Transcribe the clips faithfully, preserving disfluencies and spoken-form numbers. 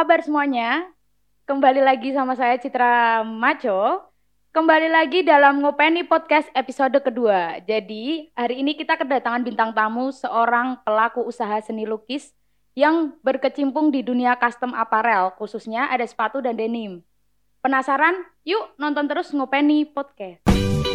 kabar semuanya? Kembali lagi sama saya Citra Maco. Kembali lagi dalam Ngopeni Podcast episode kedua. Jadi hari ini kita kedatangan bintang tamu, seorang pelaku usaha seni lukis yang berkecimpung di dunia custom apparel, khususnya ada sepatu dan denim. Penasaran? Yuk nonton terus Ngopeni Podcast.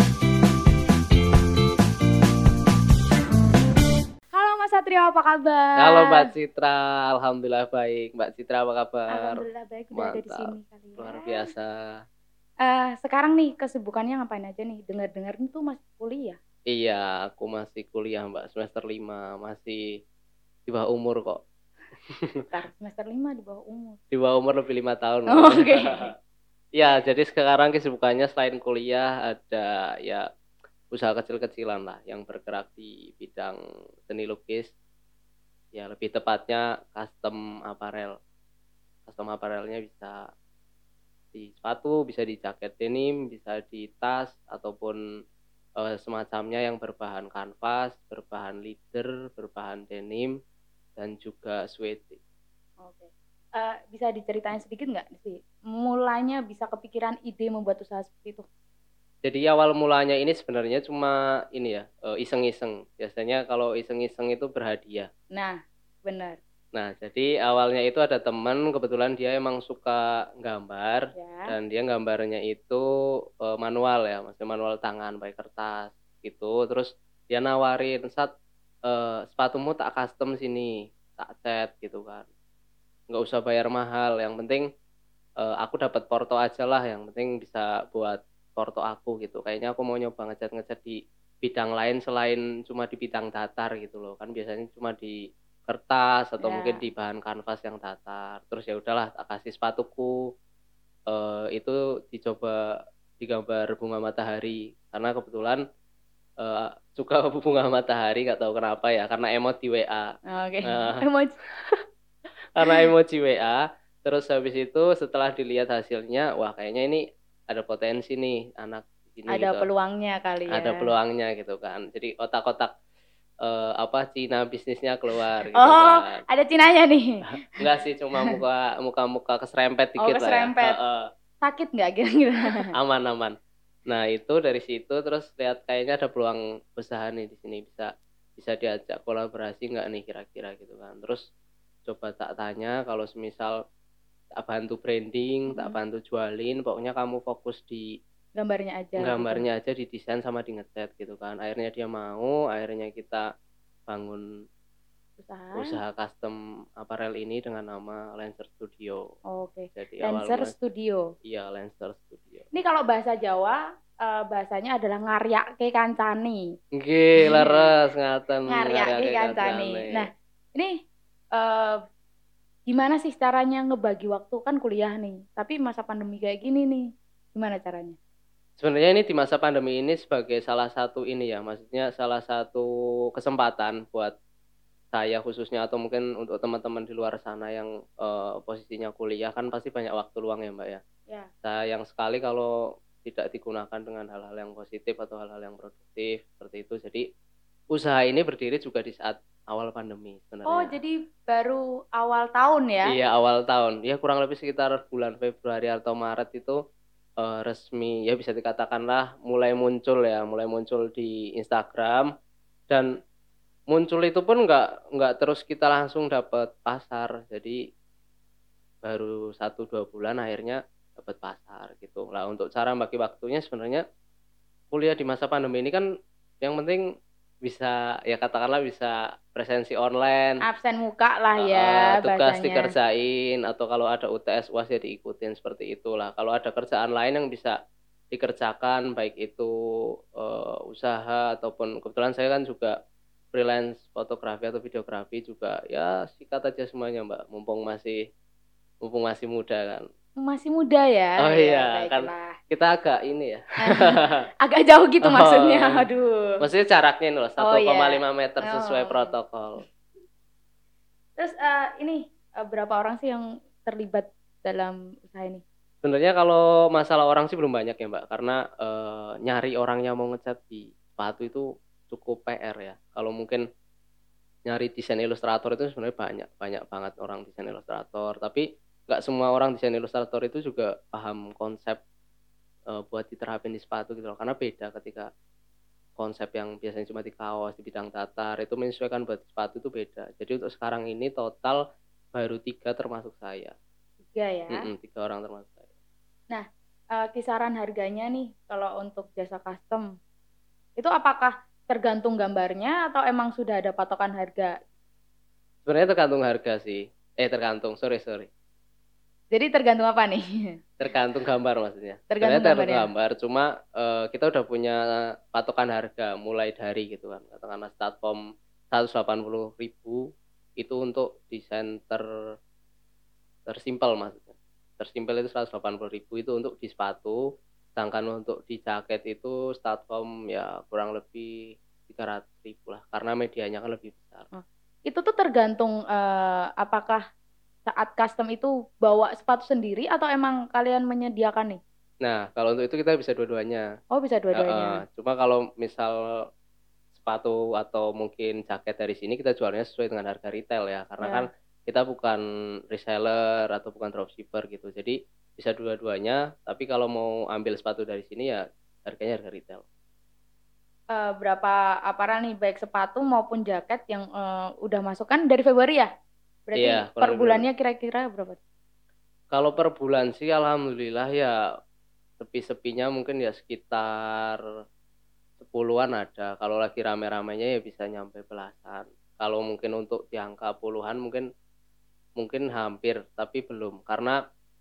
Halo Mas Satrio, apa kabar? Halo Mbak Citra, alhamdulillah baik. Mbak Citra apa kabar? Alhamdulillah baik, udah ada di sini kali ya. Luar biasa. Uh, sekarang nih kesibukannya ngapain aja nih? Dengar-dengar itu masih kuliah. Iya, aku masih kuliah Mbak, semester lima, masih di bawah umur kok. Bentar, semester lima di bawah umur. Di bawah umur lebih lima tahun. Oh, Oke. Okay. Ya, jadi sekarang kesibukannya selain kuliah ada ya usaha kecil-kecilan lah yang bergerak di bidang seni lukis. Ya, lebih tepatnya custom apparel. Custom apparelnya bisa di sepatu, bisa di jaket denim, bisa di tas ataupun uh, semacamnya yang berbahan kanvas, berbahan leather, berbahan denim dan juga suede. Oke. Uh, bisa diceritain sedikit nggak sih mulanya bisa kepikiran ide membuat usaha seperti itu? Jadi awal mulanya ini sebenarnya cuma ini ya, uh, iseng-iseng. Biasanya kalau iseng-iseng itu berhadiah. Nah, benar. Nah, jadi awalnya itu ada teman, kebetulan dia emang suka gambar, ya. Dan dia gambarnya itu uh, manual ya, maksudnya manual tangan, pakai kertas gitu. Terus dia nawarin, "Sat, uh, sepatumu tak custom sini, tak cat gitu kan. Nggak usah bayar mahal, yang penting uh, aku dapat porto aja lah, yang penting bisa buat porto aku gitu. Kayaknya aku mau nyoba ngecat-ngecat di bidang lain selain cuma di bidang datar gitu loh. Kan biasanya cuma di kertas atau yeah. mungkin di bahan kanvas yang datar. Terus ya udahlah, tak kasih sepatuku uh, itu dicoba digambar bunga matahari karena kebetulan uh, suka bunga matahari, nggak tahu kenapa ya, karena emot di W A. Oke. Okay. Uh, emoji. Karena emoji W A. Terus habis itu setelah dilihat hasilnya, wah kayaknya ini ada potensi nih anak ini. Ada gitu. peluangnya kali ya. Ada peluangnya gitu kan. Jadi otak-otak Uh, apa Cina bisnisnya keluar gitu oh, kan. Ada Cinanya nih. Enggak sih, cuma muka muka-muka keserempet dikit oh, keserempet. lah ya. Uh, uh. Sakit nggak kira-kira? Aman-aman. Nah, itu dari situ terus lihat kayaknya ada peluang usaha nih di sini, bisa bisa diajak kolaborasi nggak nih kira-kira gitu kan. Terus coba tak tanya kalau semisal tak bantu branding, hmm. tak bantu jualin, pokoknya kamu fokus di gambarnya aja gambarnya gitu. aja di desain sama di ngecat gitu kan. Akhirnya dia mau, akhirnya kita bangun usaha usaha custom apparel ini dengan nama Lancer Studio. Oh, Oke. Okay. Jadi Lancer awal Studio. Iya, Lancer Studio. Ini kalau bahasa Jawa uh, bahasanya adalah ngaryake kancani. Nggih, leres ngaten ngaryake kancani. Nah, ini uh, gimana sih caranya ngebagi waktu, kan kuliah nih, tapi masa pandemi kayak gini nih, gimana caranya? Sebenarnya ini di masa pandemi ini sebagai salah satu ini ya, maksudnya salah satu kesempatan buat saya khususnya atau mungkin untuk teman-teman di luar sana yang uh, posisinya kuliah, kan pasti banyak waktu luang ya Mbak ya. Ya. Sayang sekali kalau tidak digunakan dengan hal-hal yang positif atau hal-hal yang produktif seperti itu. Jadi usaha ini berdiri juga di saat awal pandemi sebenarnya. Oh, jadi baru awal tahun ya? Iya, awal tahun. Ya kurang lebih sekitar bulan Februari atau Maret itu Uh, resmi ya bisa dikatakanlah mulai muncul ya mulai muncul di Instagram, dan muncul itu pun nggak nggak terus kita langsung dapat pasar, jadi baru satu dua bulan akhirnya dapat pasar gitu lah. Untuk cara bagi waktunya sebenarnya kuliah di masa pandemi ini kan yang penting bisa ya katakanlah bisa presensi online, absen muka lah ya, uh, tugas bahasanya. dikerjain, atau kalau ada U T S U A S ya diikutin seperti itulah. Kalau ada kerjaan lain yang bisa dikerjakan baik itu uh, usaha ataupun kebetulan saya kan juga freelance fotografi atau videografi juga, ya sikat aja semuanya Mbak, mumpung masih mumpung masih muda kan. Masih muda ya. Oh iya, ya, kan kita agak ini ya. agak jauh gitu oh, maksudnya. Aduh. Maksudnya jaraknya ini loh satu koma lima oh, iya. meter sesuai oh. protokol. Terus uh, ini uh, berapa orang sih yang terlibat dalam usaha ini? Sebenarnya kalau masalah orang sih belum banyak ya Mbak, karena uh, nyari orangnya mau ngecat di sepatu itu cukup P R ya. Kalau mungkin nyari desain ilustrator itu sebenarnya banyak banyak banget orang desain ilustrator, tapi nggak semua orang desain ilustrator itu juga paham konsep uh, buat diterapin di sepatu gitu loh, karena beda ketika konsep yang biasanya cuma di kaos di bidang datar itu menyesuaikan buat sepatu itu beda. Jadi untuk sekarang ini total baru tiga termasuk saya. Tiga ya. Mm-mm, tiga orang termasuk saya. Nah, uh, kisaran harganya nih kalau untuk jasa custom itu apakah tergantung gambarnya atau emang sudah ada patokan harga? Sebenarnya tergantung harga sih. Eh tergantung, sorry sorry. Jadi tergantung apa nih? Tergantung gambar maksudnya. Tergantung Sebenarnya tergantung gambarnya. gambar, cuma uh, kita udah punya patokan harga mulai dari gitu kan. Katakanlah start from seratus delapan puluh ribu itu untuk desain ter tersimpel maksudnya. Tersimpel itu seratus delapan puluh ribu itu untuk di sepatu, sedangkan untuk di jaket itu start from ya kurang lebih tiga ratus ribu lah, karena medianya kan lebih besar. Oh. Itu tuh tergantung uh, apakah saat custom itu bawa sepatu sendiri atau emang kalian menyediakan nih? Nah, kalau untuk itu kita bisa dua-duanya. Oh, bisa dua-duanya. Uh, uh, cuma kalau misal sepatu atau mungkin jaket dari sini kita jualnya sesuai dengan harga retail ya, karena ya. Kan kita bukan reseller atau bukan dropshipper gitu, jadi bisa dua-duanya. Tapi kalau mau ambil sepatu dari sini ya harganya harga retail. Uh, berapa aparel nih baik sepatu maupun jaket yang uh, udah masuk kan dari Februari ya? Berarti iya, per bulannya kira-kira berapa? Kalau per bulan sih alhamdulillah ya sepi-sepinya mungkin ya sekitar sepuluhan ada. Kalau lagi rame-ramenya ya bisa nyampe belasan. Kalau mungkin untuk di angka puluhan mungkin mungkin hampir, tapi belum. Karena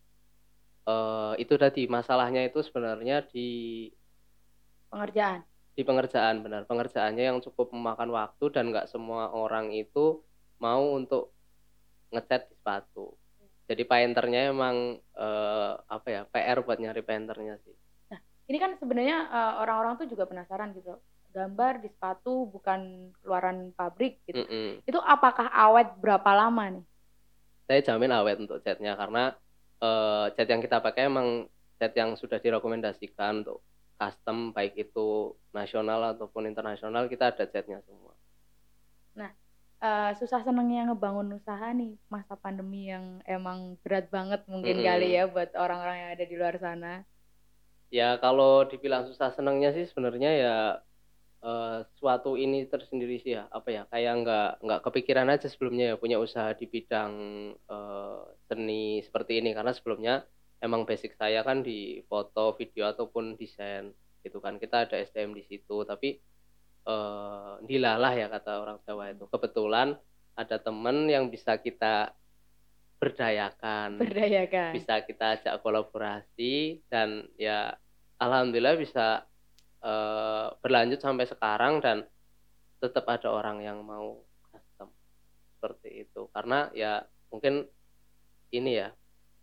uh, itu tadi masalahnya itu sebenarnya di pengerjaan. Di pengerjaan, benar. Pengerjaannya yang cukup memakan waktu dan nggak semua orang itu mau untuk ngecat di sepatu. Jadi painternya emang uh, apa ya, P R buat nyari painternya sih. Nah, ini kan sebenarnya uh, orang-orang tuh juga penasaran gitu. Gambar di sepatu bukan keluaran pabrik gitu. Mm-mm. Itu apakah awet berapa lama nih? Saya jamin awet untuk catnya, karena uh, cat yang kita pakai emang cat yang sudah direkomendasikan untuk custom, baik itu nasional ataupun internasional, kita ada catnya semua. Nah, uh, susah senengnya ngebangun usaha nih masa pandemi yang emang berat banget mungkin mm-hmm. kali ya buat orang-orang yang ada di luar sana. Ya kalau dibilang susah senengnya sih sebenarnya ya uh, suatu ini tersendiri sih ya, apa ya, kayak nggak nggak kepikiran aja sebelumnya ya punya usaha di bidang uh, seni seperti ini, karena sebelumnya emang basic saya kan di foto, video ataupun desain gitu kan, kita ada S D M di situ. Tapi eh, dilalah ya kata orang Jawa itu, kebetulan ada temen yang bisa kita berdayakan, berdayakan, bisa kita ajak kolaborasi, dan ya alhamdulillah bisa eh, berlanjut sampai sekarang dan tetap ada orang yang mau custom seperti itu. Karena ya mungkin ini ya,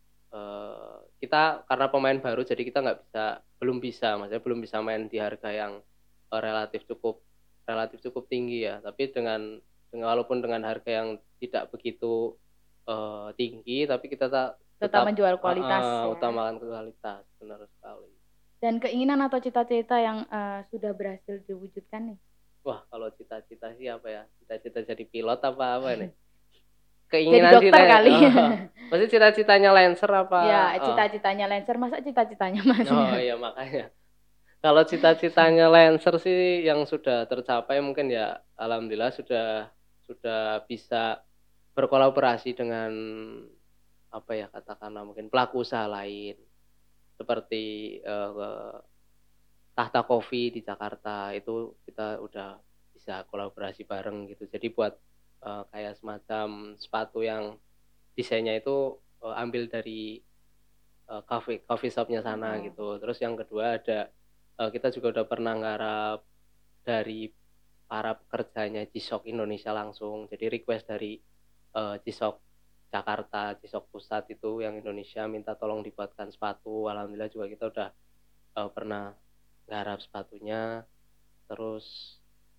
Uh, kita karena pemain baru jadi kita nggak bisa belum bisa maksudnya belum bisa main di harga yang uh, relatif cukup relatif cukup tinggi ya, tapi dengan dengan walaupun dengan harga yang tidak begitu uh, tinggi, tapi kita tak, tetap, tetap menjual kualitas uh, uh, ya. Utamakan kualitas, benar sekali. Dan keinginan atau cita-cita yang uh, sudah berhasil diwujudkan nih? Wah, kalau cita-cita sih apa ya, cita-cita jadi pilot apa apa nih? Keinginan jadi dokter kali. Oh, maksudnya cita-citanya Lancer apa? Ya, cita-citanya oh. Lancer, masa cita-citanya Mas? Oh iya, makanya. Kalau cita-citanya Lancer sih yang sudah tercapai mungkin ya alhamdulillah sudah sudah bisa berkolaborasi dengan apa ya, katakanlah mungkin pelaku usaha lain seperti uh, Tahta Coffee di Jakarta, itu kita udah bisa kolaborasi bareng gitu. Jadi buat Uh, kayak semacam sepatu yang desainnya itu uh, ambil dari uh, coffee coffee shopnya sana oh. gitu. Terus yang kedua ada uh, kita juga udah pernah nggarap dari para pekerjanya G-Shock Indonesia langsung. Jadi request dari uh, G-Shock Jakarta, G-Shock Pusat itu yang Indonesia minta tolong dibuatkan sepatu. Alhamdulillah juga kita udah uh, pernah nggarap sepatunya. Terus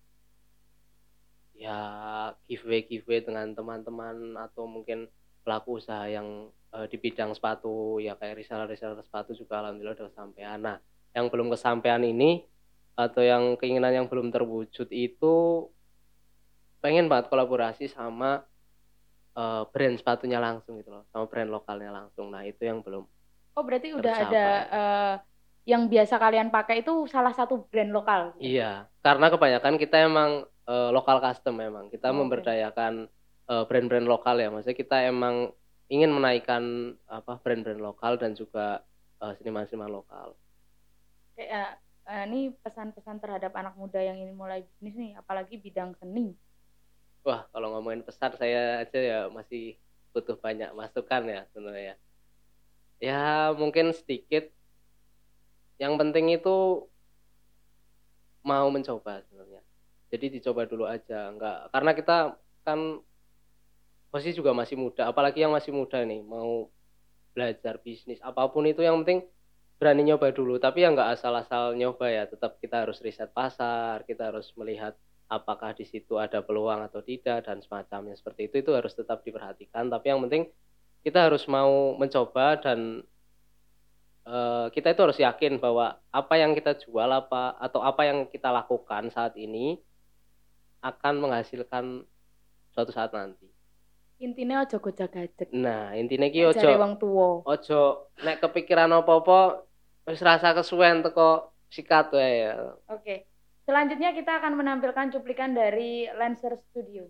ya giveaway giveaway dengan teman-teman atau mungkin pelaku usaha yang uh, di bidang sepatu ya, kayak reseller-reseller sepatu juga alhamdulillah udah kesampaian. Nah, yang belum kesampaian ini atau yang keinginan yang belum terwujud itu pengen banget kolaborasi sama uh, brand sepatunya langsung gitu loh, sama brand lokalnya langsung. Nah itu yang belum. Oh berarti udah ada uh, yang biasa kalian pakai itu salah satu brand lokal? Gitu? Iya, karena kebanyakan kita emang uh, lokal custom memang. Kita oh, memberdayakan okay. uh, brand-brand lokal ya. Maksudnya kita emang ingin menaikkan apa brand-brand lokal dan juga uh, seniman-seniman lokal. Kayak uh, ini pesan-pesan terhadap anak muda yang ingin mulai bisnis nih, apalagi bidang seni. Wah, kalau ngomongin pesan saya aja ya masih butuh banyak masukan ya sebenarnya. Ya mungkin sedikit. Yang penting itu mau mencoba sebenarnya. Jadi dicoba dulu aja, enggak karena kita kan posisi juga masih muda, apalagi yang masih muda nih mau belajar bisnis apapun itu yang penting berani nyoba dulu. Tapi ya enggak asal-asal nyoba ya, tetap kita harus riset pasar, kita harus melihat apakah di situ ada peluang atau tidak dan semacamnya seperti itu. Itu harus tetap diperhatikan. Tapi yang penting kita harus mau mencoba dan uh, kita itu harus yakin bahwa apa yang kita jual apa atau apa yang kita lakukan saat ini akan menghasilkan suatu saat nanti. Intinya ojo gojak-gajek. Nah, intinya ki ojo wong tuwa. Ojo nek kepikiran apa-apa wis rasa kesuwen teko sikat wae ya. Oke. Selanjutnya kita akan menampilkan cuplikan dari Lancer Studio.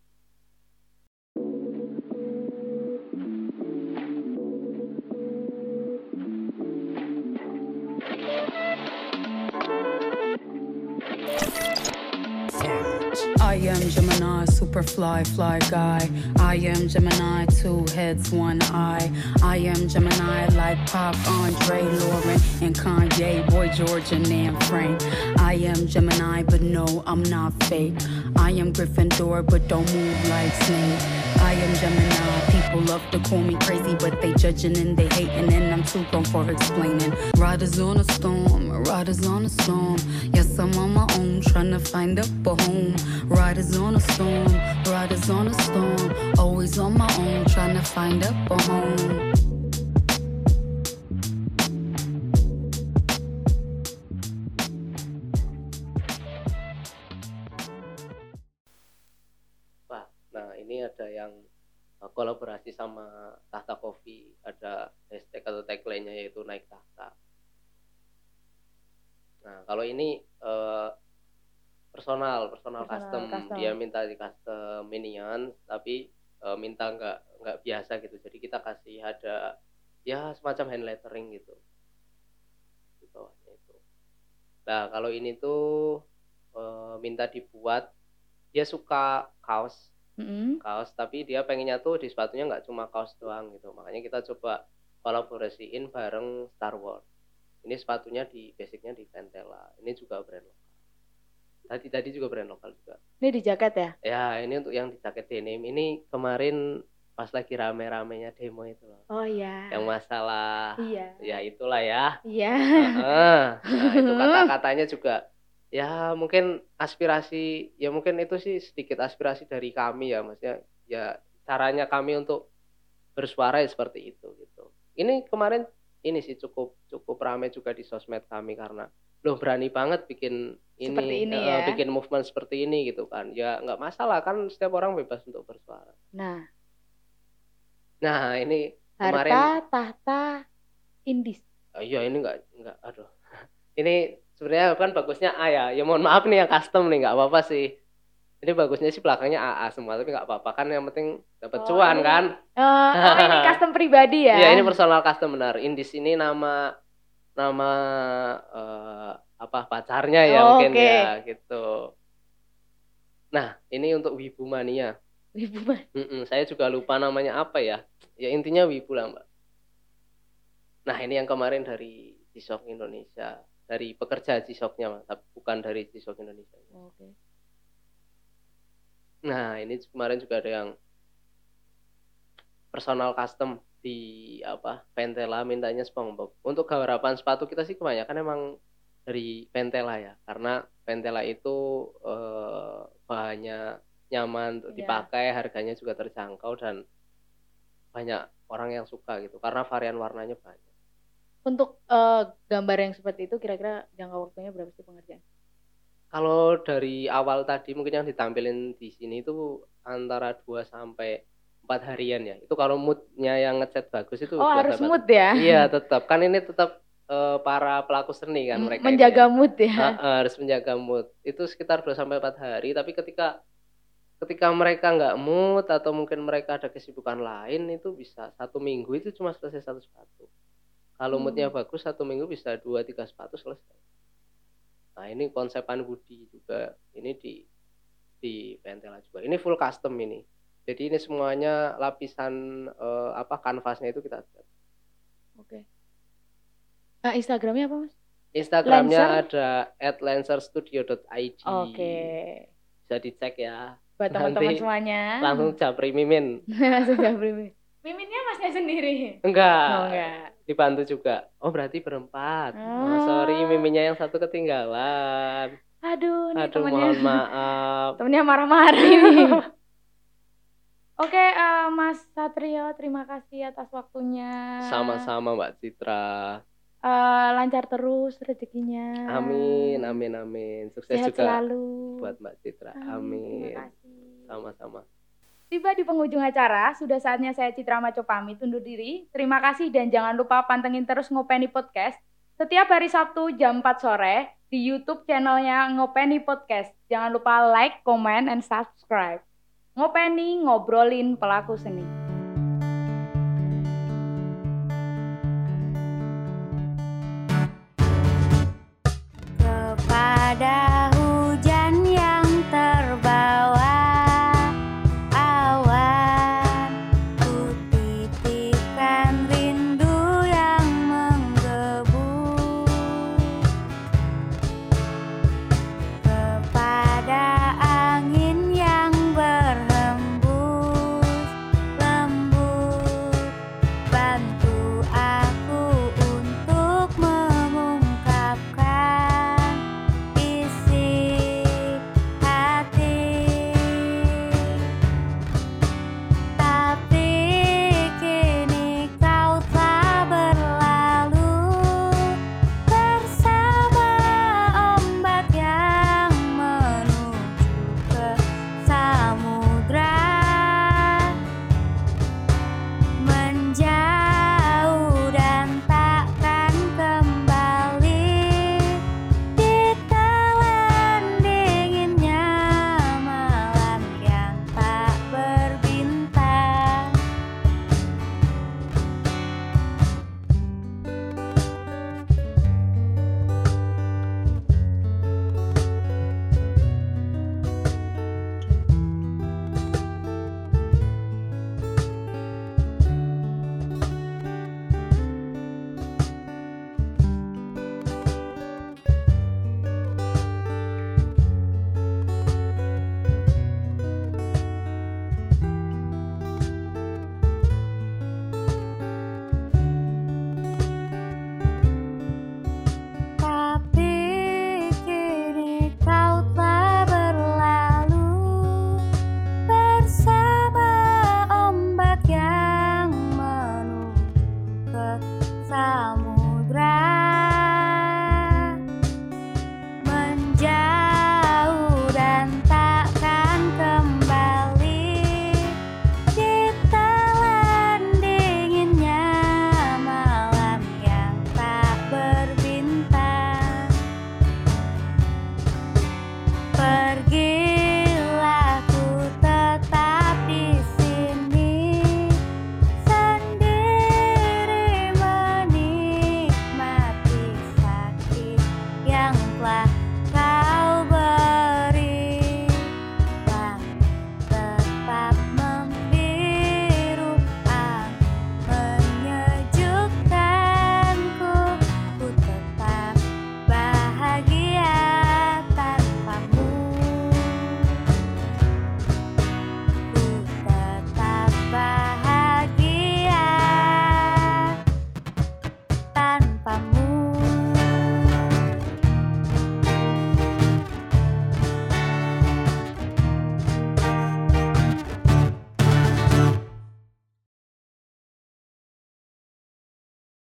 I am Gemini, super fly, fly guy. I am Gemini, two heads, one eye. I am Gemini, like Pop, Andre, Lauren, and Kanye, Boy George, and Anne Frank. I am Gemini, but no, I'm not fake. I am Gryffindor, but don't move like Snape. I am Gemini, people love to call me crazy, but they judging and they hating, and I'm too grown for explaining. Riders on a storm, riders on a storm. Yes, I'm on my own, trying to find up a home. Riders on a storm, riders on a storm. Always on my own, trying to find up a home. Nah, ini ada yang kolaborasi sama Tahta Coffee, ada hashtag atau tagline-nya yaitu naik tahta. Nah, kalau ini uh, personal, personal, personal custom. custom, dia minta di custom minion, tapi uh, minta nggak nggak biasa gitu. Jadi kita kasih ada ya semacam hand lettering gitu. Di bawahnya itu. Nah, kalau ini tuh uh, minta dibuat, dia suka kaos. Mm-hmm. Kaos, tapi dia pengennya tuh di sepatunya nggak cuma kaos doang gitu, makanya kita coba kolaborasiin bareng Star Wars. Ini sepatunya di basicnya di Ventela, ini juga brand lokal. Tadi tadi juga brand lokal juga. Ini di jaket ya? Ya, ini untuk yang di jaket denim. Ini kemarin pas lagi rame-ramenya demo itu loh. Oh iya. Yang masalah. Iya. Ya itulah ya. Iya. Uh-uh. Nah itu kata-katanya juga. Ya mungkin aspirasi, ya mungkin itu sih sedikit aspirasi dari kami ya, maksudnya ya caranya kami untuk bersuara ya seperti itu gitu. Ini kemarin ini sih cukup cukup ramai juga di sosmed kami karena loh berani banget bikin ini, seperti ini uh, ya? bikin movement seperti ini gitu kan. Ya nggak masalah kan, setiap orang bebas untuk bersuara. Nah, nah ini harta kemarin tahta indis. Oh, iya ini nggak nggak aduh ini sebenarnya kan bagusnya A ya. Ya mohon maaf nih yang custom nih, nggak apa-apa sih. Ini bagusnya sih belakangnya A A semua, tapi nggak apa-apa kan, yang penting dapat oh, cuan ini, kan. Uh, oh ini custom pribadi ya? Iya ini personal custom benar. Indis ini nama nama uh, apa pacarnya ya oh, mungkin okay. ya gitu. Nah ini untuk Wibu Mania. Wibu Mania. Mm-mm, saya juga lupa namanya apa ya. Ya intinya Wibu lah mbak. Nah ini yang kemarin dari G-Shock Indonesia. Dari pekerja G-Shock-nya, tapi bukan dari G-Shock Indonesia. Oh, Oke. Okay. Nah, ini kemarin juga ada yang personal custom di apa? Ventela, mintanya SpongeBob. Untuk garapan sepatu kita sih kebanyakan emang dari Ventela ya, karena Ventela itu eh, bahannya nyaman untuk yeah. dipakai, harganya juga terjangkau dan banyak orang yang suka gitu karena varian warnanya banyak. Untuk uh, gambar yang seperti itu kira-kira jangka waktunya berapa sih pengerjaan? Kalau dari awal tadi mungkin yang ditampilin di sini itu antara dua sampai empat harian ya. Itu kalau moodnya yang ngechat bagus itu Oh, dua harus sampai- mood ya. Iya tetap kan ini tetap eh, para pelaku seni kan mereka ini Menjaga ya. mood ya. Ah, ah, harus menjaga mood itu sekitar dua sampai empat hari. Tapi ketika ketika mereka nggak mood atau mungkin mereka ada kesibukan lain itu bisa satu minggu itu cuma selesai satu sepatu. Kalau Hmm. moodnya bagus satu minggu bisa dua tiga sepatu selesai. Nah ini konsepan Budi juga ini di di Pentela juga. Ini full custom ini. Jadi ini semuanya lapisan eh, apa kanvasnya itu kita cat. Oke. Nah, Instagramnya apa, Mas? Instagramnya Lancer? ada at lancerstudio dot i d. Oke. Bisa dicek ya. Buat teman-teman Nanti semuanya. Langsung japri Mimin. Langsung japri. Miminnya Masnya sendiri. Enggak. Oh, enggak. Dibantu juga. Oh berarti berempat. Oh. Oh, sorry Miminnya yang satu ketinggalan. Aduh, nih Aduh temennya. mohon maaf. Temennya marah-marah ini. Oke, eh, Mas Satrio, terima kasih atas waktunya. Sama-sama Mbak Citra. Eh, lancar terus rezekinya. Amin, amin, amin. Sukses Sehat juga selalu. buat Mbak Citra. Amin. Amin. Terima kasih. Sama-sama. Tiba di penghujung acara, sudah saatnya saya Citra Maco pamit undur diri. Terima kasih dan jangan lupa pantengin terus Ngopeni Podcast setiap hari Sabtu jam empat sore di YouTube channelnya Ngopeni Podcast. Jangan lupa like, comment, and subscribe. Ngopeni ngobrolin pelaku seni.